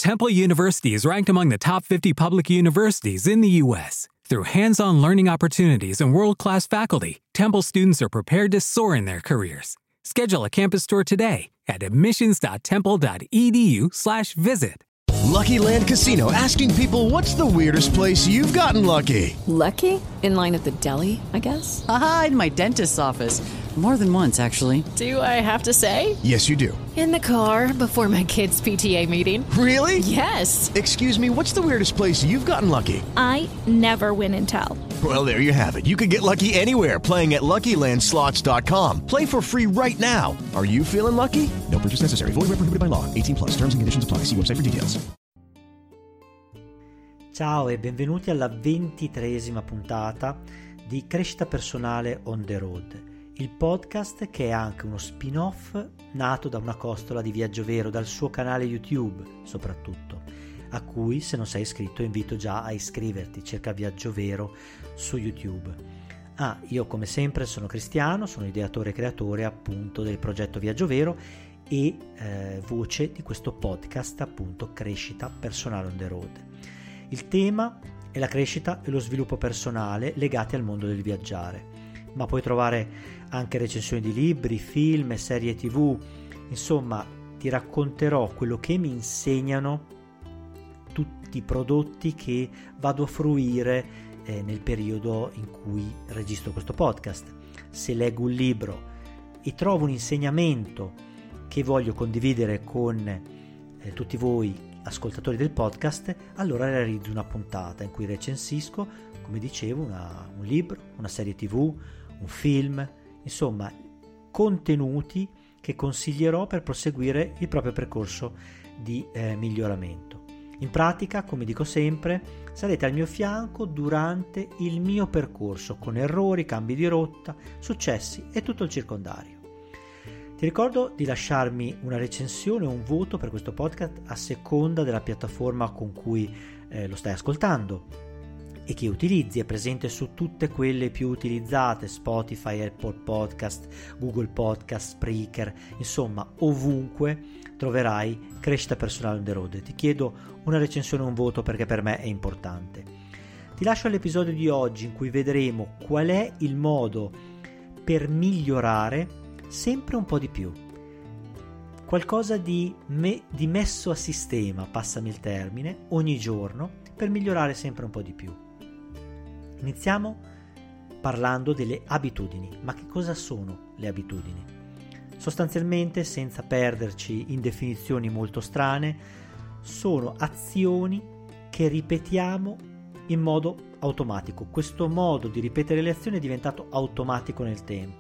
Temple University is ranked among the top 50 public universities in the U.S. Through hands-on learning opportunities and world-class faculty, Temple students are prepared to soar in their careers. Schedule a campus tour today at admissions.temple.edu/visit. Lucky Land Casino, asking people, what's the weirdest place you've gotten lucky? Lucky? In line at the deli, I guess? Aha, in my dentist's office. More than once, actually. Do I have to say? Yes, you do. In the car before my kids' PTA meeting. Really? Yes. Excuse me, what's the weirdest place you've gotten lucky? I never win and tell. Well, there you have it. You can get lucky anywhere, playing at LuckyLandSlots.com. Play for free right now. Are you feeling lucky? No purchase necessary. Void where prohibited by law. 18+. Terms and conditions apply. See website for details. Ciao e benvenuti alla 23esima puntata di Crescita Personale on the Road, il podcast che è anche uno spin-off nato da una costola di Viaggio Vero, dal suo canale YouTube soprattutto, a cui, se non sei iscritto, invito già a iscriverti. Cerca Viaggio Vero su YouTube. Io come sempre sono Cristiano, sono ideatore e creatore appunto del progetto Viaggio Vero e voce di questo podcast appunto Crescita Personale on the Road. Il tema è la crescita e lo sviluppo personale legati al mondo del viaggiare, ma puoi trovare anche recensioni di libri, film e serie TV. Insomma, ti racconterò quello che mi insegnano tutti i prodotti che vado a fruire nel periodo in cui registro questo podcast. Se leggo un libro e trovo un insegnamento che voglio condividere con tutti voi ascoltatori del podcast, allora realizzo una puntata in cui recensisco, come dicevo, un libro, una serie TV, un film, insomma contenuti che consiglierò per proseguire il proprio percorso di miglioramento. In pratica, come dico sempre, sarete al mio fianco durante il mio percorso, con errori, cambi di rotta, successi e tutto il circondario. Ti ricordo di lasciarmi una recensione o un voto per questo podcast a seconda della piattaforma con cui lo stai ascoltando e che utilizzi. È presente su tutte quelle più utilizzate: Spotify, Apple Podcast, Google Podcast, Spreaker, insomma ovunque troverai Crescita Personale on the Road. Ti chiedo una recensione o un voto perché per me è importante. Ti lascio all'episodio di oggi in cui vedremo qual è il modo per migliorare sempre un po' di più, qualcosa di messo a sistema, passami il termine, ogni giorno per migliorare sempre un po' di più. Iniziamo parlando delle abitudini. Ma che cosa sono le abitudini? Sostanzialmente, senza perderci in definizioni molto strane, sono azioni che ripetiamo in modo automatico. Questo modo di ripetere le azioni è diventato automatico nel tempo.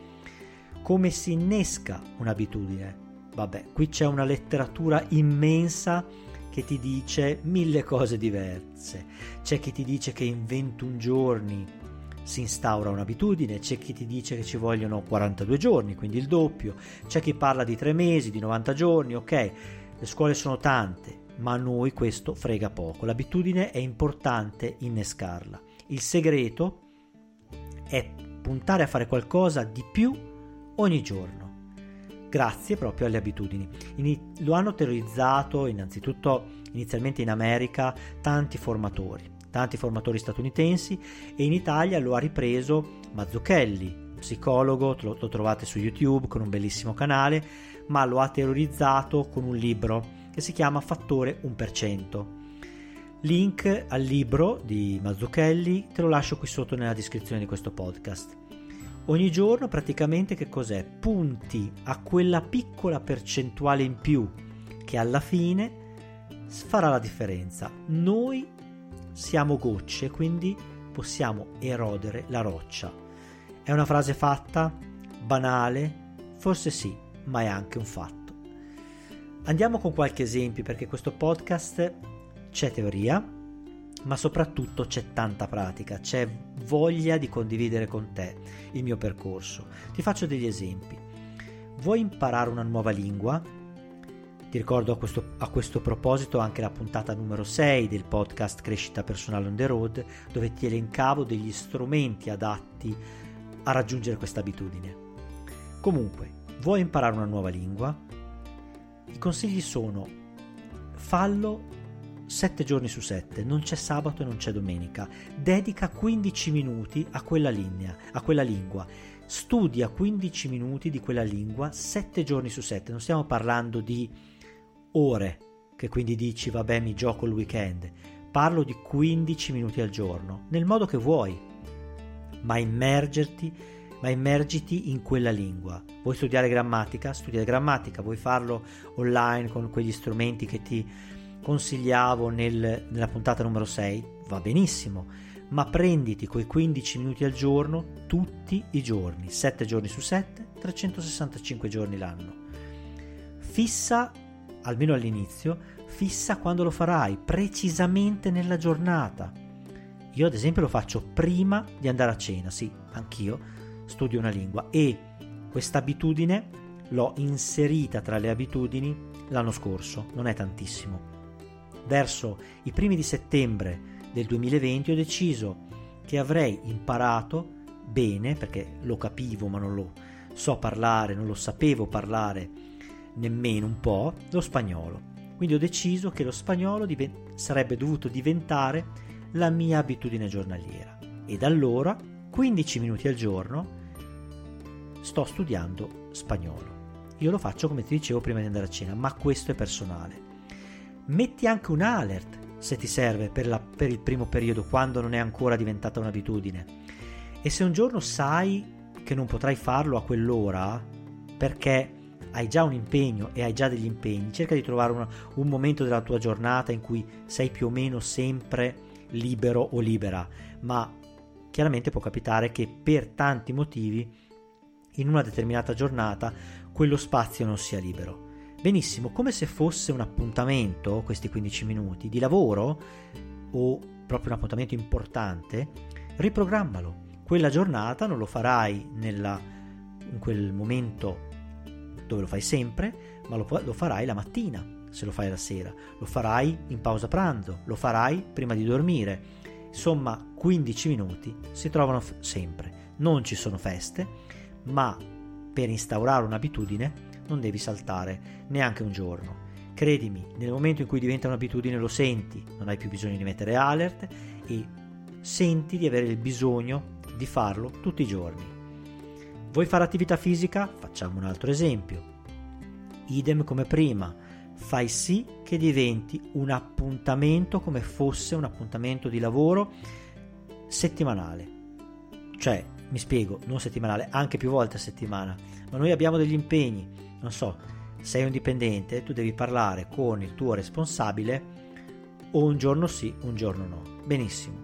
Come si innesca un'abitudine? Vabbè, qui c'è una letteratura immensa che ti dice mille cose diverse. C'è chi ti dice che in 21 giorni si instaura un'abitudine, c'è chi ti dice che ci vogliono 42 giorni, quindi il doppio, c'è chi parla di 3 mesi, di 90 giorni, ok, le scuole sono tante, ma a noi questo frega poco. L'abitudine è importante innescarla. Il segreto è puntare a fare qualcosa di più ogni giorno, grazie proprio alle abitudini. Lo hanno teorizzato innanzitutto inizialmente in America tanti formatori statunitensi, e in Italia lo ha ripreso Mazzucchelli, psicologo, lo trovate su YouTube con un bellissimo canale, ma lo ha teorizzato con un libro che si chiama Fattore 1%. Link al libro di Mazzucchelli te lo lascio qui sotto nella descrizione di questo podcast. Ogni giorno praticamente che cos'è? Punti a quella piccola percentuale in più che alla fine farà la differenza. Noi siamo gocce, quindi possiamo erodere la roccia. È una frase fatta? Banale? Forse sì, ma è anche un fatto. Andiamo con qualche esempio, perché questo podcast c'è teoria, ma soprattutto c'è tanta pratica, c'è voglia di condividere con te il mio percorso. Ti faccio degli esempi. Vuoi imparare una nuova lingua? Ti ricordo a questo proposito anche la puntata numero 6 del podcast Crescita Personale on the Road, dove ti elencavo degli strumenti adatti a raggiungere questa abitudine. Comunque, vuoi imparare una nuova lingua? I consigli sono: fallo 7 giorni su 7, non c'è sabato e non c'è domenica. Dedica 15 minuti a quella lingua. Studia 15 minuti di quella lingua 7 giorni su 7. Non stiamo parlando di ore, che quindi dici vabbè mi gioco il weekend. Parlo di 15 minuti al giorno, nel modo che vuoi, ma immergiti in quella lingua. Vuoi studiare grammatica? Studia grammatica. Vuoi farlo online con quegli strumenti che ti consigliavo nella puntata numero 6? Va benissimo, ma prenditi quei 15 minuti al giorno tutti i giorni, 7 giorni su 7, 365 giorni l'anno. Fissa, almeno all'inizio, fissa quando lo farai, precisamente nella giornata. Io ad esempio lo faccio prima di andare a cena, sì, anch'io studio una lingua, e questa abitudine l'ho inserita tra le abitudini l'anno scorso, non è tantissimo. Verso i primi di settembre del 2020 ho deciso che avrei imparato bene, perché lo capivo ma non lo so parlare, non lo sapevo parlare nemmeno un po', lo spagnolo. Quindi ho deciso che lo spagnolo sarebbe dovuto diventare la mia abitudine giornaliera, e da allora 15 minuti al giorno sto studiando spagnolo. Io lo faccio come ti dicevo prima di andare a cena, ma questo è personale. Metti anche un alert se ti serve per il primo periodo, quando non è ancora diventata un'abitudine. E se un giorno sai che non potrai farlo a quell'ora perché hai già un impegno e hai già degli impegni, cerca di trovare un momento della tua giornata in cui sei più o meno sempre libero o libera, ma chiaramente può capitare che per tanti motivi in una determinata giornata quello spazio non sia libero. Benissimo, come se fosse un appuntamento, questi 15 minuti di lavoro o proprio un appuntamento importante, riprogrammalo. Quella giornata non lo farai in quel momento dove lo fai sempre, ma lo farai la mattina, se lo fai la sera, lo farai in pausa pranzo, lo farai prima di dormire. Insomma, 15 minuti si trovano sempre. Non ci sono feste, ma per instaurare un'abitudine non devi saltare neanche un giorno. Credimi, nel momento in cui diventa un'abitudine lo senti, non hai più bisogno di mettere alert e senti di avere il bisogno di farlo tutti i giorni. Vuoi fare attività fisica? Facciamo un altro esempio. Idem come prima, fai sì che diventi un appuntamento come fosse un appuntamento di lavoro settimanale. Cioè, mi spiego, non settimanale, anche più volte a settimana, ma noi abbiamo degli impegni, non so, sei un dipendente, tu devi parlare con il tuo responsabile o un giorno sì, un giorno no. Benissimo,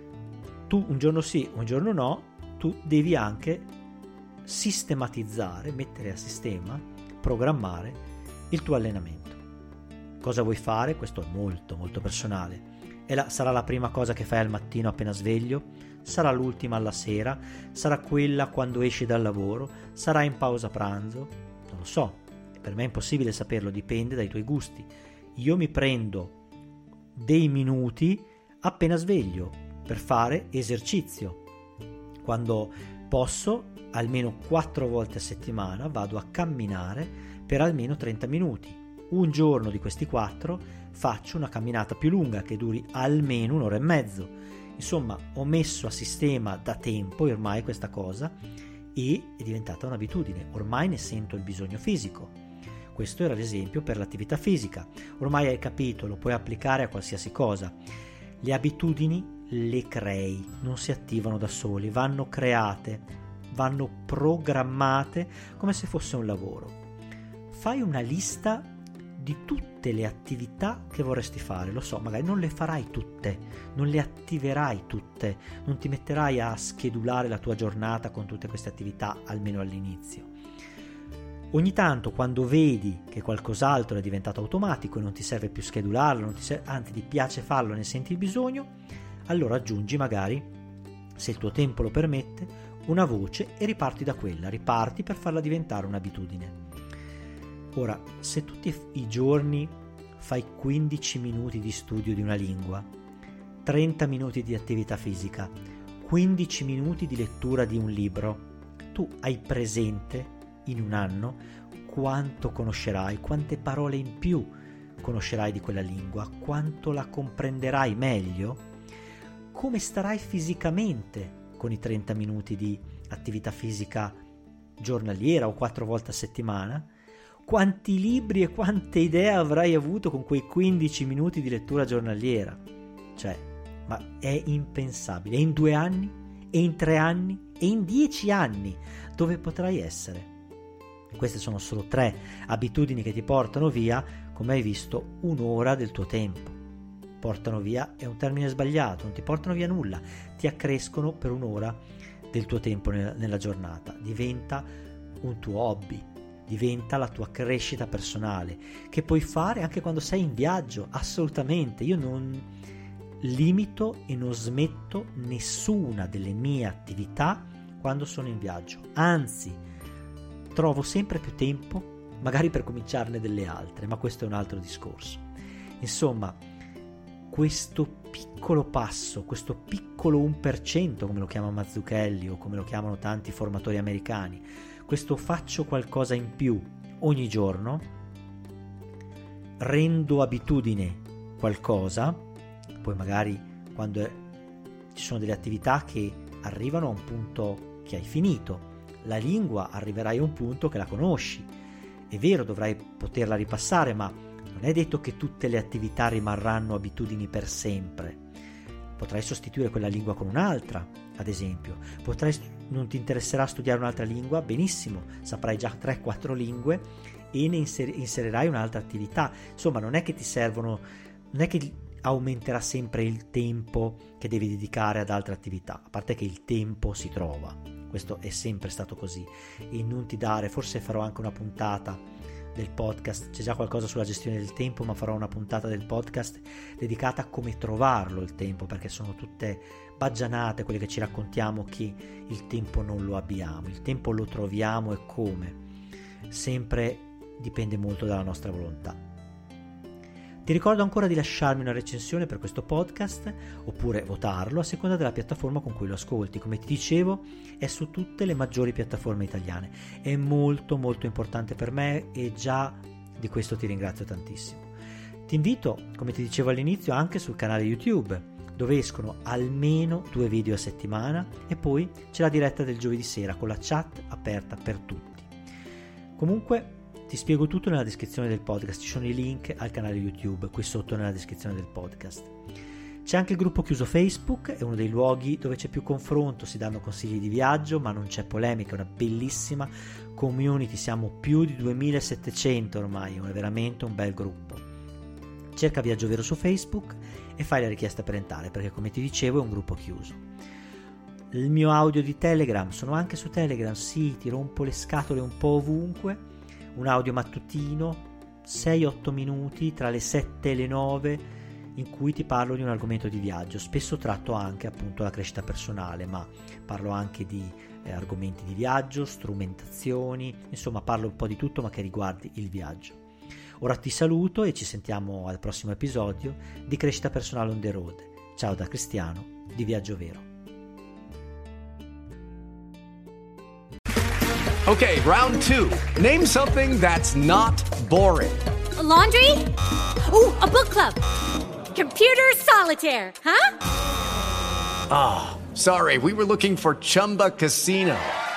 tu un giorno sì, un giorno no, tu devi anche sistematizzare, mettere a sistema, programmare il tuo allenamento. Cosa vuoi fare? Questo è molto molto personale. Sarà la prima cosa che fai al mattino appena sveglio? Sarà l'ultima alla sera? Sarà quella quando esci dal lavoro? Sarà in pausa pranzo? Non lo so, per me è impossibile saperlo, dipende dai tuoi gusti. Io mi prendo dei minuti appena sveglio per fare esercizio. Quando posso, almeno 4 volte a settimana vado a camminare per almeno 30 minuti. Un giorno di questi 4 faccio una camminata più lunga che duri almeno 1 ora e mezzo. Insomma, ho messo a sistema da tempo ormai questa cosa e è diventata un'abitudine. Ormai ne sento il bisogno fisico. Questo era l'esempio per l'attività fisica. Ormai hai capito, lo puoi applicare a qualsiasi cosa. Le abitudini le crei, non si attivano da soli, vanno create, vanno programmate come se fosse un lavoro. Fai una lista di tutte le attività che vorresti fare. Lo so, magari non le farai tutte, non le attiverai tutte, non ti metterai a schedulare la tua giornata con tutte queste attività, almeno all'inizio. Ogni tanto, quando vedi che qualcos'altro è diventato automatico e non ti serve più schedularlo, anzi ti piace farlo, ne senti il bisogno, allora aggiungi magari, se il tuo tempo lo permette, una voce e riparti da quella, riparti per farla diventare un'abitudine. Ora, se tutti i giorni fai 15 minuti di studio di una lingua, 30 minuti di attività fisica, 15 minuti di lettura di un libro, tu hai presente in un anno quanto conoscerai, quante parole in più, conoscerai di quella lingua, quanto la comprenderai meglio, come starai fisicamente con i 30 minuti di attività fisica giornaliera o 4 volte a settimana, quanti libri e quante idee avrai avuto con quei 15 minuti di lettura giornaliera. Cioè, ma è impensabile. E in 2 anni, e in 3 anni, e in 10 anni, dove potrai essere? Queste sono solo 3 abitudini che ti portano via, come hai visto, 1 ora del tuo tempo. Portano via è un termine sbagliato, non ti portano via nulla, ti accrescono per 1 ora del tuo tempo nella giornata. Diventa un tuo hobby, diventa la tua crescita personale, che puoi fare anche quando sei in viaggio, assolutamente. Io non limito e non smetto nessuna delle mie attività quando sono in viaggio, anzi trovo sempre più tempo magari per cominciarne delle altre, ma questo è un altro discorso. Insomma, questo piccolo passo, questo piccolo 1%, come lo chiama Mazzucchelli o come lo chiamano tanti formatori americani, questo faccio qualcosa in più ogni giorno, rendo abitudine qualcosa, poi magari quando ci sono delle attività che arrivano a un punto che hai finito, la lingua arriverai a un punto che la conosci. È vero, dovrai poterla ripassare, ma non è detto che tutte le attività rimarranno abitudini per sempre. Potrai sostituire quella lingua con un'altra, ad esempio. Non ti interesserà studiare un'altra lingua? Benissimo, saprai già 3-4 lingue e ne inserirai un'altra attività. Insomma, non è che ti servono, non è che aumenterà sempre il tempo che devi dedicare ad altre attività, a parte che il tempo si trova, questo è sempre stato così. E non ti dare, forse farò anche una puntata del podcast, c'è già qualcosa sulla gestione del tempo, ma farò una puntata del podcast dedicata a come trovarlo il tempo, perché sono tutte baggianate quelle che ci raccontiamo che il tempo non lo abbiamo. Il tempo lo troviamo, e come? Sempre dipende molto dalla nostra volontà. Ti ricordo ancora di lasciarmi una recensione per questo podcast, oppure votarlo a seconda della piattaforma con cui lo ascolti. Come ti dicevo, è su tutte le maggiori piattaforme italiane. È molto molto importante per me e già di questo ti ringrazio tantissimo. Ti invito, come ti dicevo all'inizio, anche sul canale YouTube, dove escono almeno 2 video a settimana, e poi c'è la diretta del giovedì sera con la chat aperta per tutti. Comunque ti spiego tutto nella descrizione del podcast, ci sono i link al canale YouTube qui sotto nella descrizione del podcast. C'è anche il gruppo chiuso Facebook, è uno dei luoghi dove c'è più confronto, si danno consigli di viaggio, ma non c'è polemica, è una bellissima community, siamo più di 2700 ormai, è veramente un bel gruppo. Cerca Viaggio Vero su Facebook e fai la richiesta per entrare, perché come ti dicevo è un gruppo chiuso. Il mio audio di Telegram, sono anche su Telegram, sì, ti rompo le scatole un po' ovunque. Un audio mattutino, 6-8 minuti tra le 7 e le 9, in cui ti parlo di un argomento di viaggio. Spesso tratto anche appunto la crescita personale, ma parlo anche di argomenti di viaggio, strumentazioni, insomma parlo un po' di tutto ma che riguardi il viaggio. Ora ti saluto e ci sentiamo al prossimo episodio di Crescita Personale on the Road. Ciao da Cristiano di Viaggio Vero. Okay, round 2. Name something that's not boring. A laundry? Ooh, a book club. Computer solitaire, huh? Ah, sorry, we were looking for Chumba Casino.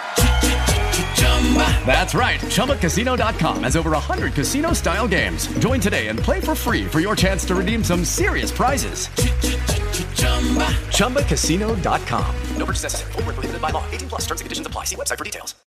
That's right, ChumbaCasino.com has over 100 casino-style games. Join today and play for free for your chance to redeem some serious prizes. ChumbaCasino.com. No purchase necessary. Void where prohibited by law. 18+ terms and conditions apply. See website for details.